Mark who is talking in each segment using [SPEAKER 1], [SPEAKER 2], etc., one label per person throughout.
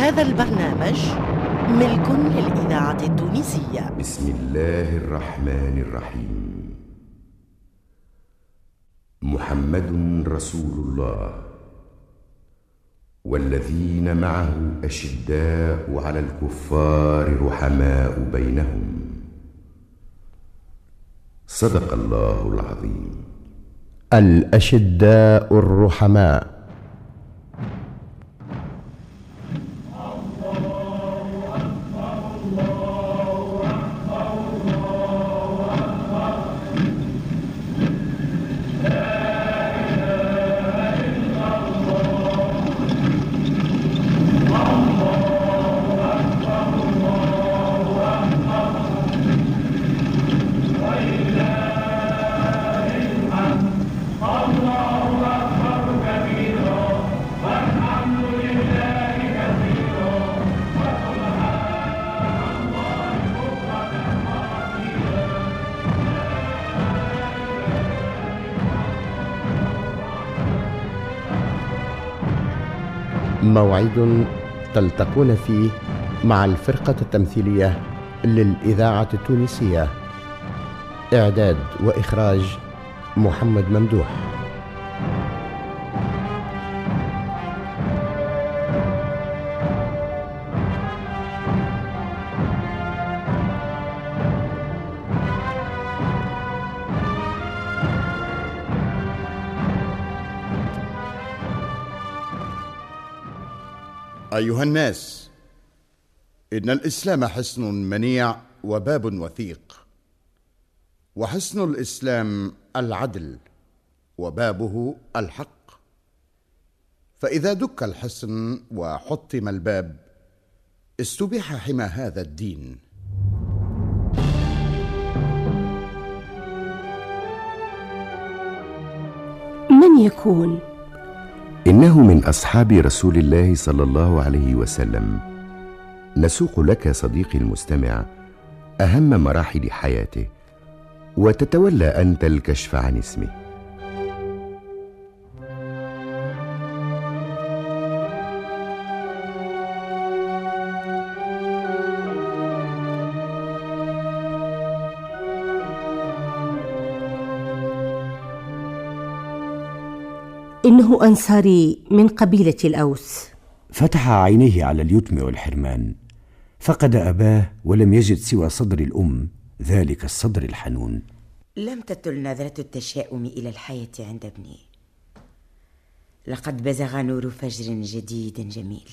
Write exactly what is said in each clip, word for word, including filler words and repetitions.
[SPEAKER 1] هذا البرنامج ملك للإذاعة التونسية.
[SPEAKER 2] بسم الله الرحمن الرحيم. محمد رسول الله والذين معه أشداء على الكفار رحماء بينهم. صدق الله العظيم.
[SPEAKER 3] الأشداء الرحماء. موعد تلتقون فيه مع الفرقة التمثيلية للإذاعة التونسية. إعداد وإخراج محمد ممدوح.
[SPEAKER 4] أيها الناس، إن الإسلام حصن منيع وباب وثيق، وحصن الإسلام العدل وبابه الحق. فإذا دك الحصن وحطم الباب استبيح حمى هذا الدين.
[SPEAKER 5] من يكون؟
[SPEAKER 2] إنه من أصحاب رسول الله صلى الله عليه وسلم. نسوق لك صديقي المستمع أهم مراحل حياته، وتتولى أنت الكشف عن اسمه.
[SPEAKER 5] إنه أنصاري من قبيلة الأوس.
[SPEAKER 6] فتح عينيه على اليتم والحرمان، فقد أباه ولم يجد سوى صدر الأم، ذلك الصدر الحنون.
[SPEAKER 7] لم تطل نظرة التشاؤم إلى الحياة عند ابني. لقد بزغ نور فجر جديد جميل،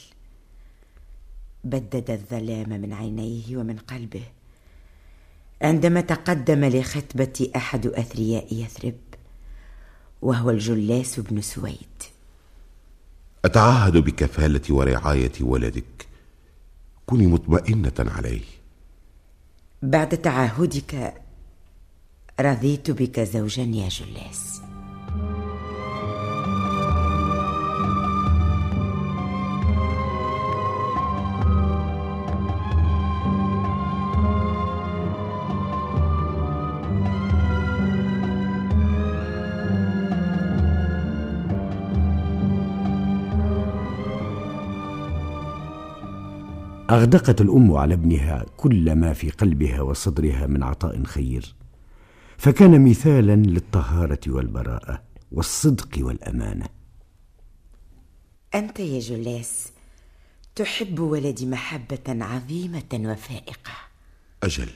[SPEAKER 7] بدد الظلام من عينيه ومن قلبه عندما تقدم لخطبة أحد أثرياء يثرب، وهو الجلاس بن سويد.
[SPEAKER 2] أتعهد بكفالة ورعاية ولدك، كوني مطمئنة عليه.
[SPEAKER 7] بعد تعهدك رضيت بك زوجا يا جلاس.
[SPEAKER 6] أغدقت الأم على ابنها كل ما في قلبها وصدرها من عطاء خير، فكان مثالا للطهارة والبراءة والصدق والأمانة.
[SPEAKER 7] أنت يا جلاس تحب ولدي محبة عظيمة وفائقة.
[SPEAKER 2] أجل،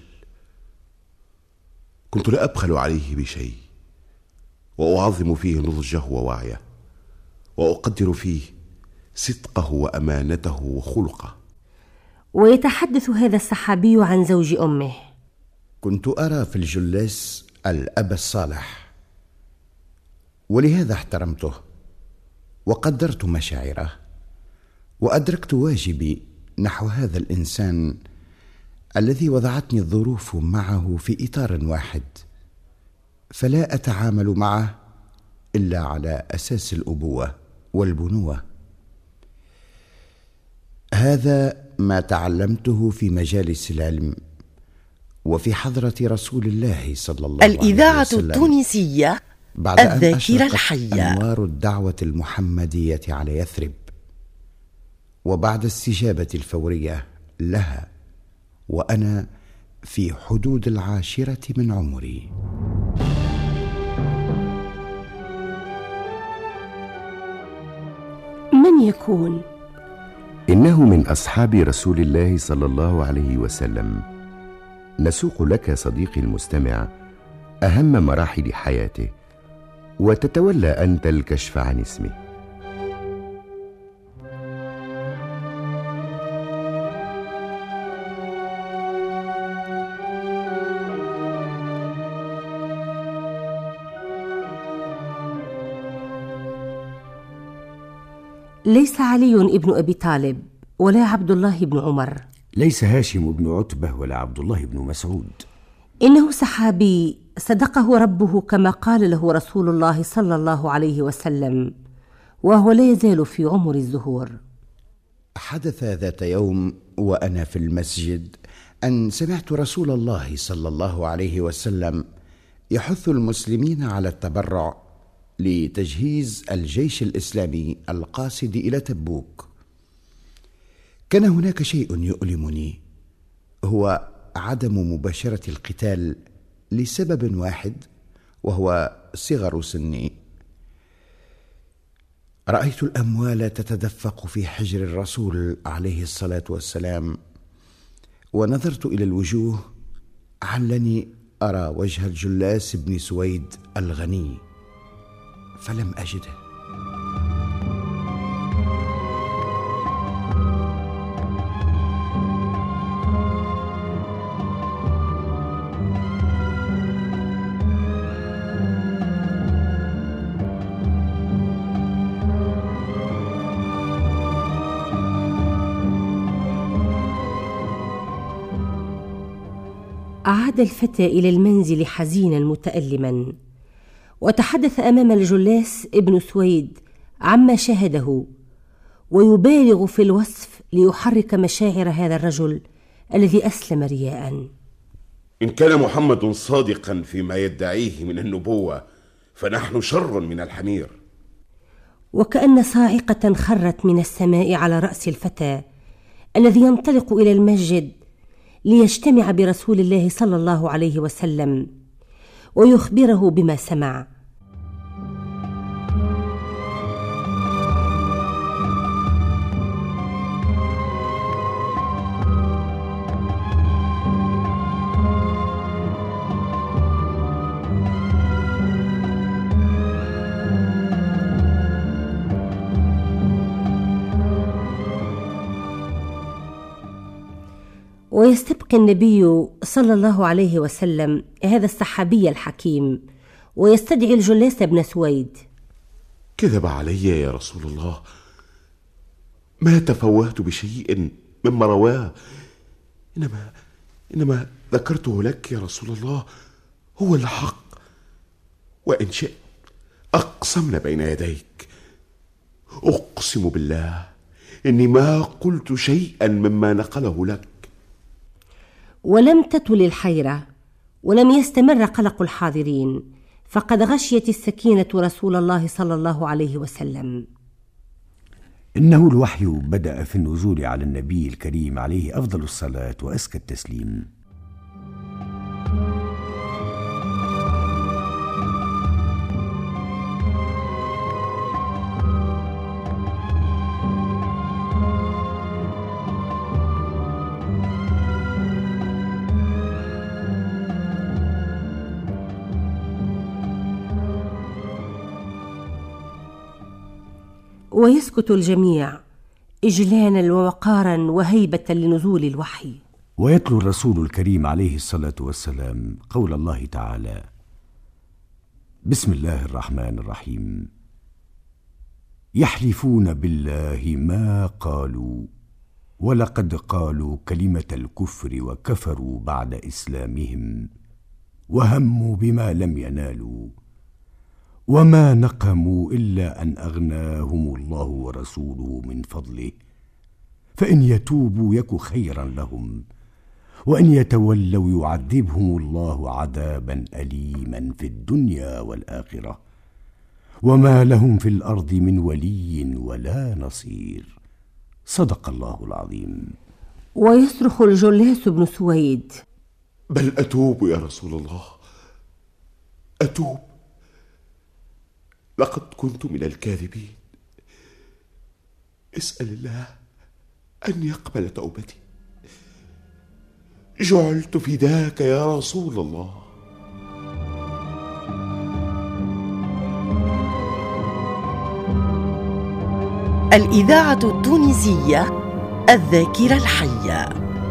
[SPEAKER 2] كنت لا أبخل عليه بشيء، وأعظم فيه نضجه ووعيه، وأقدر فيه صدقه وأمانته وخلقه.
[SPEAKER 5] ويتحدث هذا الصحابي عن زوج أمه.
[SPEAKER 4] كنت أرى في الجلاس الأب الصالح، ولهذا احترمته وقدرت مشاعره، وأدركت واجبي نحو هذا الإنسان الذي وضعتني الظروف معه في إطار واحد، فلا أتعامل معه إلا على أساس الأبوة والبنوة. هذا ما تعلمته في مجالس العلم وفي حضرة رسول الله صلى الله عليه وسلم.
[SPEAKER 1] الإذاعة التونسية
[SPEAKER 4] بعد
[SPEAKER 1] الذاكرة
[SPEAKER 4] أن
[SPEAKER 1] الحية.
[SPEAKER 4] أنوار الدعوة المحمدية على يثرب، وبعد استجابة الفورية لها وأنا في حدود العاشرة من عمري.
[SPEAKER 5] من يكون؟
[SPEAKER 2] إنه من أصحاب رسول الله صلى الله عليه وسلم. نسوق لك صديقي المستمع أهم مراحل حياته، وتتولى أنت الكشف عن اسمه.
[SPEAKER 5] ليس علي ابن أبي طالب ولا عبد الله بن عمر.
[SPEAKER 6] ليس هاشم بن عتبة ولا عبد الله بن مسعود.
[SPEAKER 5] إنه صحابي صدقه ربه كما قال له رسول الله صلى الله عليه وسلم، وهو لا يزال في عمر الزهور.
[SPEAKER 4] حدث ذات يوم وأنا في المسجد أن سمعت رسول الله صلى الله عليه وسلم يحث المسلمين على التبرع لتجهيز الجيش الإسلامي القاصد إلى تبوك. كان هناك شيء يؤلمني، هو عدم مباشرة القتال لسبب واحد، وهو صغر سني. رأيت الأموال تتدفق في حجر الرسول عليه الصلاة والسلام، ونظرت إلى الوجوه علني أرى وجه الجلاس بن سويد الغني، فلم أجده.
[SPEAKER 5] عاد الفتى إلى المنزل حزينا متألما، وتحدث أمام الجلاس ابن سويد عما شاهده، ويبالغ في الوصف ليحرك مشاعر هذا الرجل الذي أسلم رياء.
[SPEAKER 8] إن كان محمد صادقا فيما يدعيه من النبوة فنحن شر من الحمير.
[SPEAKER 5] وكأن صاعقة خرت من السماء على رأس الفتى الذي ينطلق إلى المسجد ليجتمع برسول الله صلى الله عليه وسلم ويخبره بما سمع. ويستبقي النبي صلى الله عليه وسلم هذا الصحابي الحكيم ويستدعي الجلاس بن سويد.
[SPEAKER 8] كذب علي يا رسول الله، ما تفوهت بشيء مما رواه، إنما إنما ذكرته لك يا رسول الله، هو الحق، وإن شئت أقسمنا بين يديك. أقسم بالله إني ما قلت شيئا مما نقله لك.
[SPEAKER 5] ولم تطل الحيرة ولم يستمر قلق الحاضرين، فقد غشيت السكينة رسول الله صلى الله عليه وسلم.
[SPEAKER 6] إنه الوحي بدأ في النزول على النبي الكريم عليه أفضل الصلاة وأزكى التسليم.
[SPEAKER 5] ويسكت الجميع إجلالا ووقارا وهيبة لنزول الوحي.
[SPEAKER 6] ويتلو الرسول الكريم عليه الصلاة والسلام قول الله تعالى: بسم الله الرحمن الرحيم. يحلفون بالله ما قالوا ولقد قالوا كلمة الكفر وكفروا بعد إسلامهم وهموا بما لم ينالوا وما نقموا إلا أن أغناهم الله ورسوله من فضله، فإن يتوبوا يك خيرا لهم، وإن يتولوا يعذبهم الله عذابا أليما في الدنيا والآخرة، وما لهم في الأرض من ولي ولا نصير. صدق الله العظيم.
[SPEAKER 5] ويصرخ الجلاس بن سويد:
[SPEAKER 8] بل أتوب يا رسول الله، أتوب، لقد كنت من الكاذبين. اسأل الله أن يقبل توبتي، جعلت فداك يا رسول الله.
[SPEAKER 1] الإذاعة التونسية الذاكرة الحية.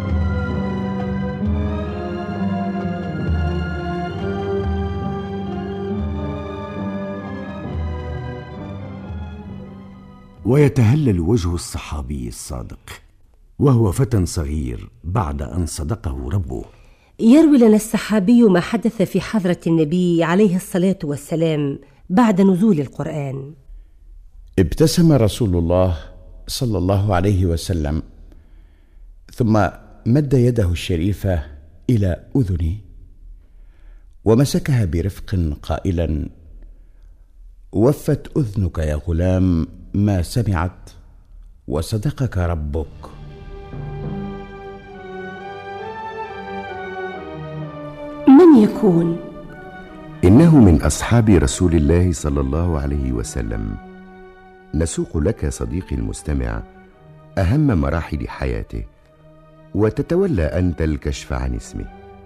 [SPEAKER 6] ويتهلل وجه الصحابي الصادق وهو فتى صغير بعد أن صدقه ربه.
[SPEAKER 5] يروي لنا الصحابي ما حدث في حضرة النبي عليه الصلاة والسلام بعد نزول القرآن.
[SPEAKER 3] ابتسم رسول الله صلى الله عليه وسلم، ثم مد يده الشريفة إلى أذني ومسكها برفق قائلا: وفت أذنك يا غلام ما سمعت، وصدقك ربك.
[SPEAKER 5] من يكون؟
[SPEAKER 2] إنه من أصحاب رسول الله صلى الله عليه وسلم. نسوق لك صديقي المستمع أهم مراحل حياته، وتتولى أنت الكشف عن اسمه.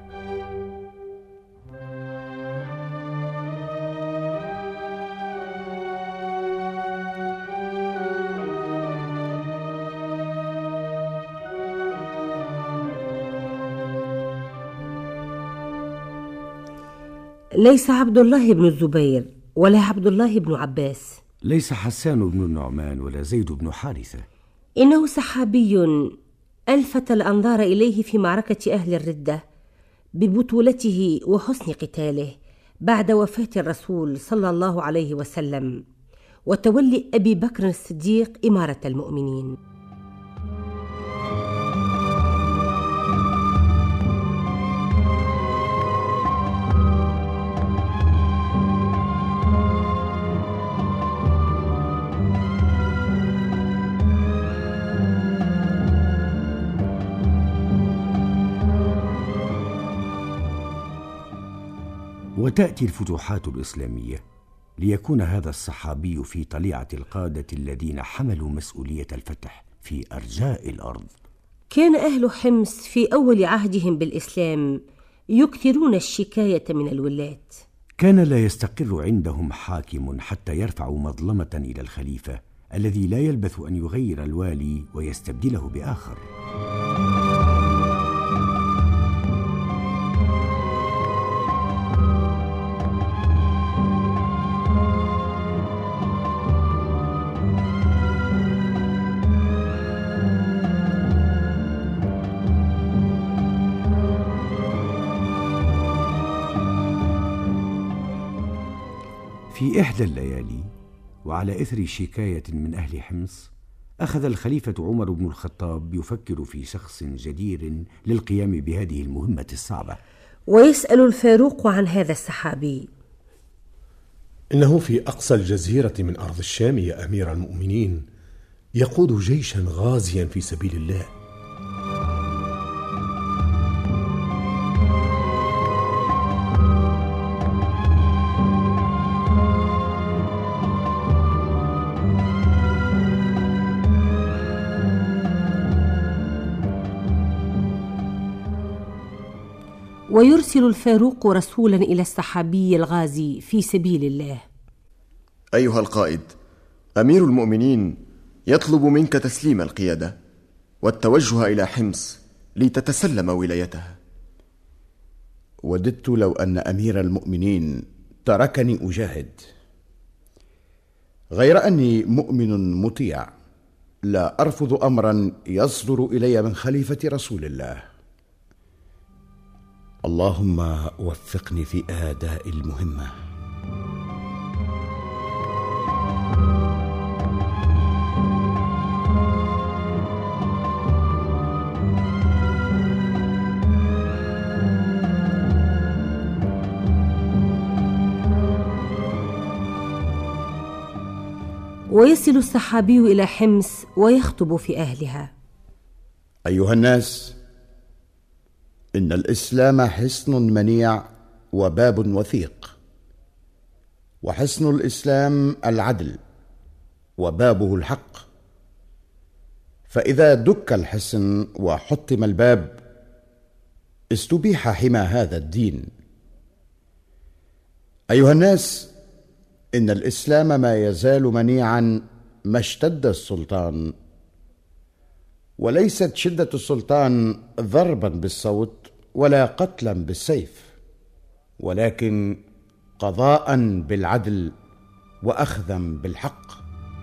[SPEAKER 5] ليس عبد الله بن الزبير ولا عبد الله بن عباس،
[SPEAKER 6] ليس حسان بن النعمان ولا زيد بن حارثة.
[SPEAKER 5] إنه صحابي ألفت الأنظار إليه في معركة أهل الردة ببطولته وحسن قتاله بعد وفاة الرسول صلى الله عليه وسلم وتولي أبي بكر الصديق إمارة المؤمنين.
[SPEAKER 6] وتأتي الفتوحات الإسلامية ليكون هذا الصحابي في طليعة القادة الذين حملوا مسؤولية الفتح في أرجاء الأرض.
[SPEAKER 5] كان أهل حمص في أول عهدهم بالإسلام يكثرون الشكاية من الولاة.
[SPEAKER 6] كان لا يستقر عندهم حاكم حتى يرفعوا مظلمة إلى الخليفة الذي لا يلبث أن يغير الوالي ويستبدله بآخر. في إحدى الليالي وعلى إثر شكاية من أهل حمص، أخذ الخليفة عمر بن الخطاب يفكر في شخص جدير للقيام بهذه المهمة الصعبة.
[SPEAKER 5] ويسأل الفاروق عن هذا الصحابي:
[SPEAKER 9] إنه في أقصى الجزيرة من أرض الشام يا أمير المؤمنين، يقود جيشا غازيا في سبيل الله.
[SPEAKER 5] ويرسل الفاروق رسولا إلى الصحابي الغازي في سبيل الله:
[SPEAKER 10] أيها القائد، أمير المؤمنين يطلب منك تسليم القيادة والتوجه إلى حمص لتتسلم ولايتها.
[SPEAKER 3] وددت لو أن أمير المؤمنين تركني أجاهد، غير أني مؤمن مطيع لا أرفض أمرا يصدر إلي من خليفة رسول الله. اللهم وفقني في أداء المهمة.
[SPEAKER 5] ويصل السحابي إلى حمص ويخطب في أهلها.
[SPEAKER 3] أيها الناس، إن الإسلام حصن منيع وباب وثيق، وحصن الإسلام العدل وبابه الحق، فإذا دك الحصن وحطم الباب استبيح حمى هذا الدين. أيها الناس، إن الإسلام ما يزال منيعا ما اشتد السلطان، وليست شدة السلطان ضربا بالصوت ولا قتلا بالسيف، ولكن قضاء بالعدل وأخذا بالحق.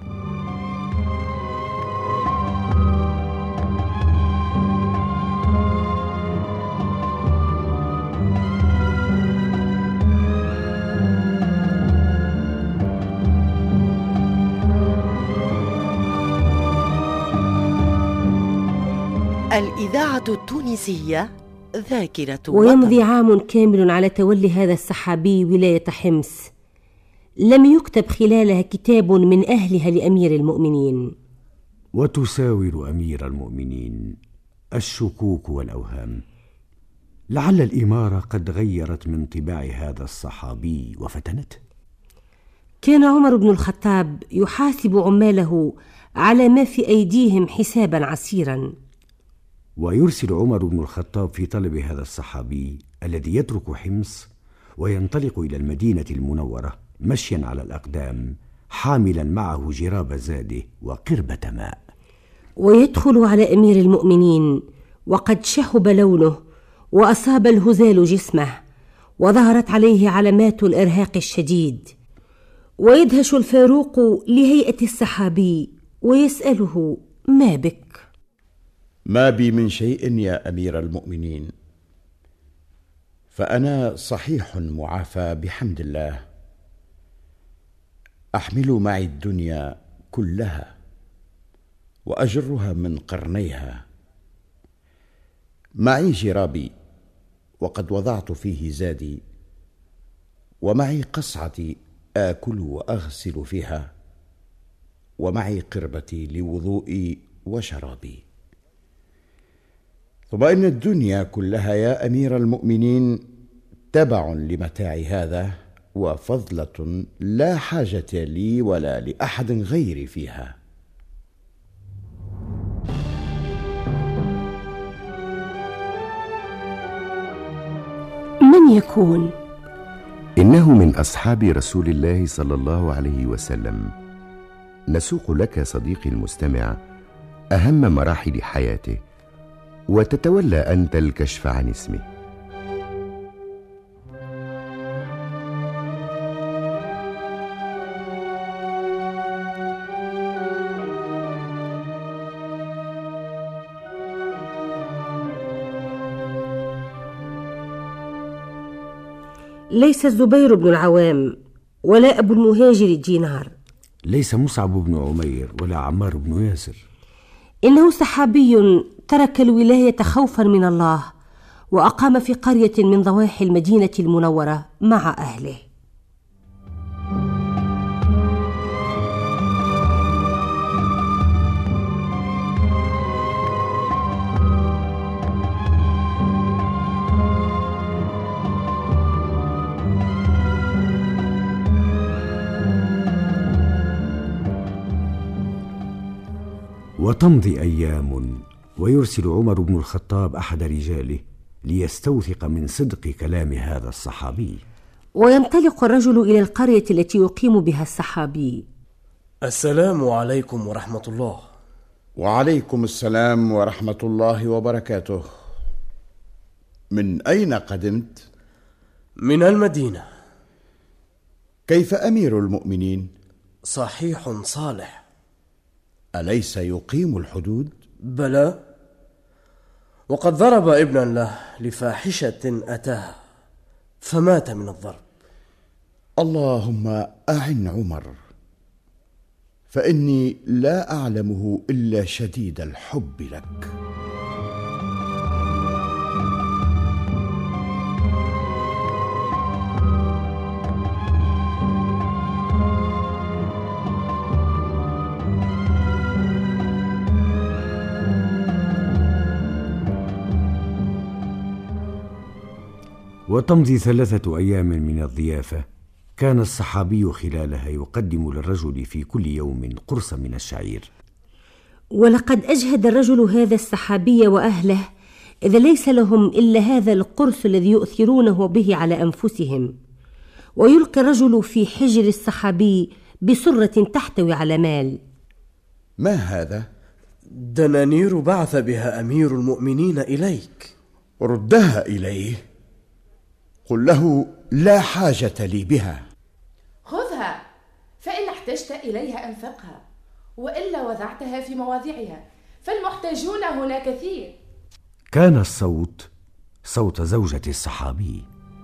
[SPEAKER 1] الإذاعة التونسية ذاكرة
[SPEAKER 5] ويمضي
[SPEAKER 1] وطن.
[SPEAKER 5] عام كامل على تولي هذا السحابي ولاية حمص، لم يكتب خلالها كتاب من أهلها لأمير المؤمنين.
[SPEAKER 6] وتساور أمير المؤمنين الشكوك والأوهام، لعل الإمارة قد غيرت من طباع هذا الصحابي وفتنته.
[SPEAKER 5] كان عمر بن الخطاب يحاسب عماله على ما في أيديهم حسابا عسيرا،
[SPEAKER 6] ويرسل عمر بن الخطاب في طلب هذا الصحابي الذي يترك حمص وينطلق إلى المدينة المنورة مشيا على الأقدام، حاملا معه جراب زاده وقربة ماء،
[SPEAKER 5] ويدخل على أمير المؤمنين وقد شحب لونه وأصاب الهزال جسمه وظهرت عليه علامات الإرهاق الشديد، ويدهش الفاروق لهيئة السحابي ويسأله: ما بك؟
[SPEAKER 3] ما بي من شيء يا أمير المؤمنين، فأنا صحيح معافى بحمد الله، أحمل معي الدنيا كلها وأجرها من قرنيها. معي جرابي وقد وضعت فيه زادي، ومعي قصعتي آكل وأغسل فيها، ومعي قربتي لوضوئي وشرابي. ثم إن الدنيا كلها يا أمير المؤمنين تبع لمتاع هذا، وفضلة لا حاجة لي ولا لأحد غيري فيها.
[SPEAKER 5] من يكون؟
[SPEAKER 2] إنه من أصحاب رسول الله صلى الله عليه وسلم. نسوق لك صديقي المستمع أهم مراحل حياته، وتتولى أنت الكشف عن اسمه.
[SPEAKER 5] ليس الزبير بن العوام ولا أبو المهاجر الدينار،
[SPEAKER 6] ليس مصعب بن عمير ولا عمار بن ياسر،
[SPEAKER 5] إنه صحابي ترك الولاية خوفا من الله، وأقام في قرية من ضواحي المدينة المنورة مع أهله.
[SPEAKER 6] وتمضي أيام، ويرسل عمر بن الخطاب أحد رجاله ليستوثق من صدق كلام هذا الصحابي،
[SPEAKER 5] وينطلق الرجل إلى القرية التي يقيم بها الصحابي.
[SPEAKER 11] السلام عليكم ورحمة الله.
[SPEAKER 3] وعليكم السلام ورحمة الله وبركاته. من أين قدمت؟
[SPEAKER 11] من المدينة.
[SPEAKER 3] كيف أمير المؤمنين؟
[SPEAKER 11] صحيح صالح.
[SPEAKER 3] أليس يقيم الحدود؟
[SPEAKER 11] بلى، وقد ضرب ابنا له لفاحشة أتاها فمات من الضرب.
[SPEAKER 3] اللهم أعن عمر، فإني لا أعلمه إلا شديد الحب لك.
[SPEAKER 6] وتمضي ثلاثة أيام من الضيافة، كان الصحابي خلالها يقدم للرجل في كل يوم قرصا من الشعير.
[SPEAKER 5] ولقد أجهد الرجل هذا الصحابي وأهله، إذا ليس لهم إلا هذا القرص الذي يؤثرونه به على أنفسهم. ويلقي الرجل في حجر الصحابي بسرة تحتوي على مال.
[SPEAKER 3] ما هذا؟
[SPEAKER 11] دنانير بعث بها أمير المؤمنين إليك.
[SPEAKER 3] ردها إليه، قل له لا حاجة لي بها.
[SPEAKER 12] خذها، فإن احتجت إليها أنفقها، وإلا وضعتها في مواضعها، فالمحتاجون هنا كثير.
[SPEAKER 6] كان الصوت صوت زوجة الصحابي.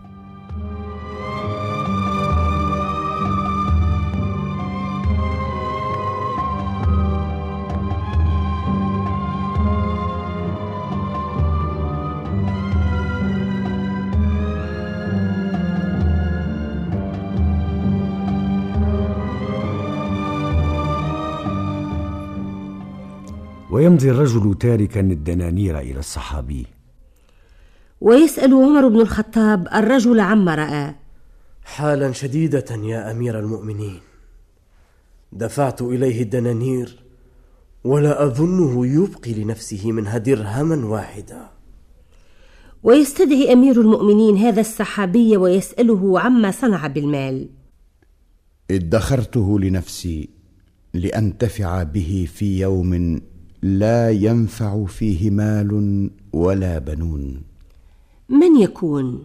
[SPEAKER 6] ويمضي الرجل تاركا الدنانير إلى الصحابي.
[SPEAKER 5] ويسأل عمر بن الخطاب الرجل عما رأى.
[SPEAKER 11] حالا شديدة يا أمير المؤمنين، دفعت إليه الدنانير ولا أظنه يبقي لنفسه منها درهما واحدا.
[SPEAKER 5] ويستدعي أمير المؤمنين هذا الصحابي ويسأله عما صنع بالمال.
[SPEAKER 3] ادخرته لنفسي لأنتفع به في يوم لا ينفع فيه مال ولا بنون.
[SPEAKER 5] من يكون؟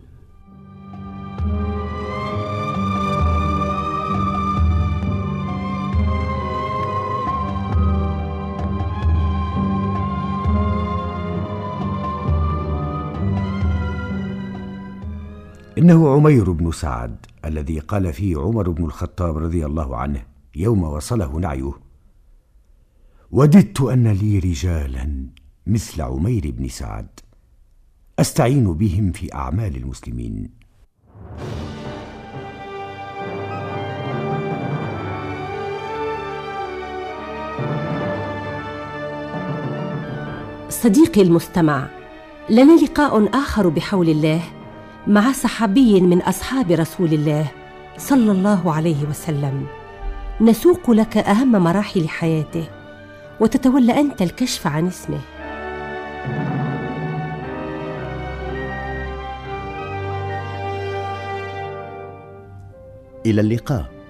[SPEAKER 6] إنه عمير بن سعد الذي قال فيه عمر بن الخطاب رضي الله عنه يوم وصله نعيه: وددت أن لي رجالا مثل عمير بن سعد أستعين بهم في أعمال المسلمين.
[SPEAKER 5] صديقي المستمع، لنا لقاء آخر بحول الله مع صحابي من أصحاب رسول الله صلى الله عليه وسلم، نسوق لك أهم مراحل حياته وتتولى أنت الكشف عن اسمه.
[SPEAKER 3] إلى اللقاء.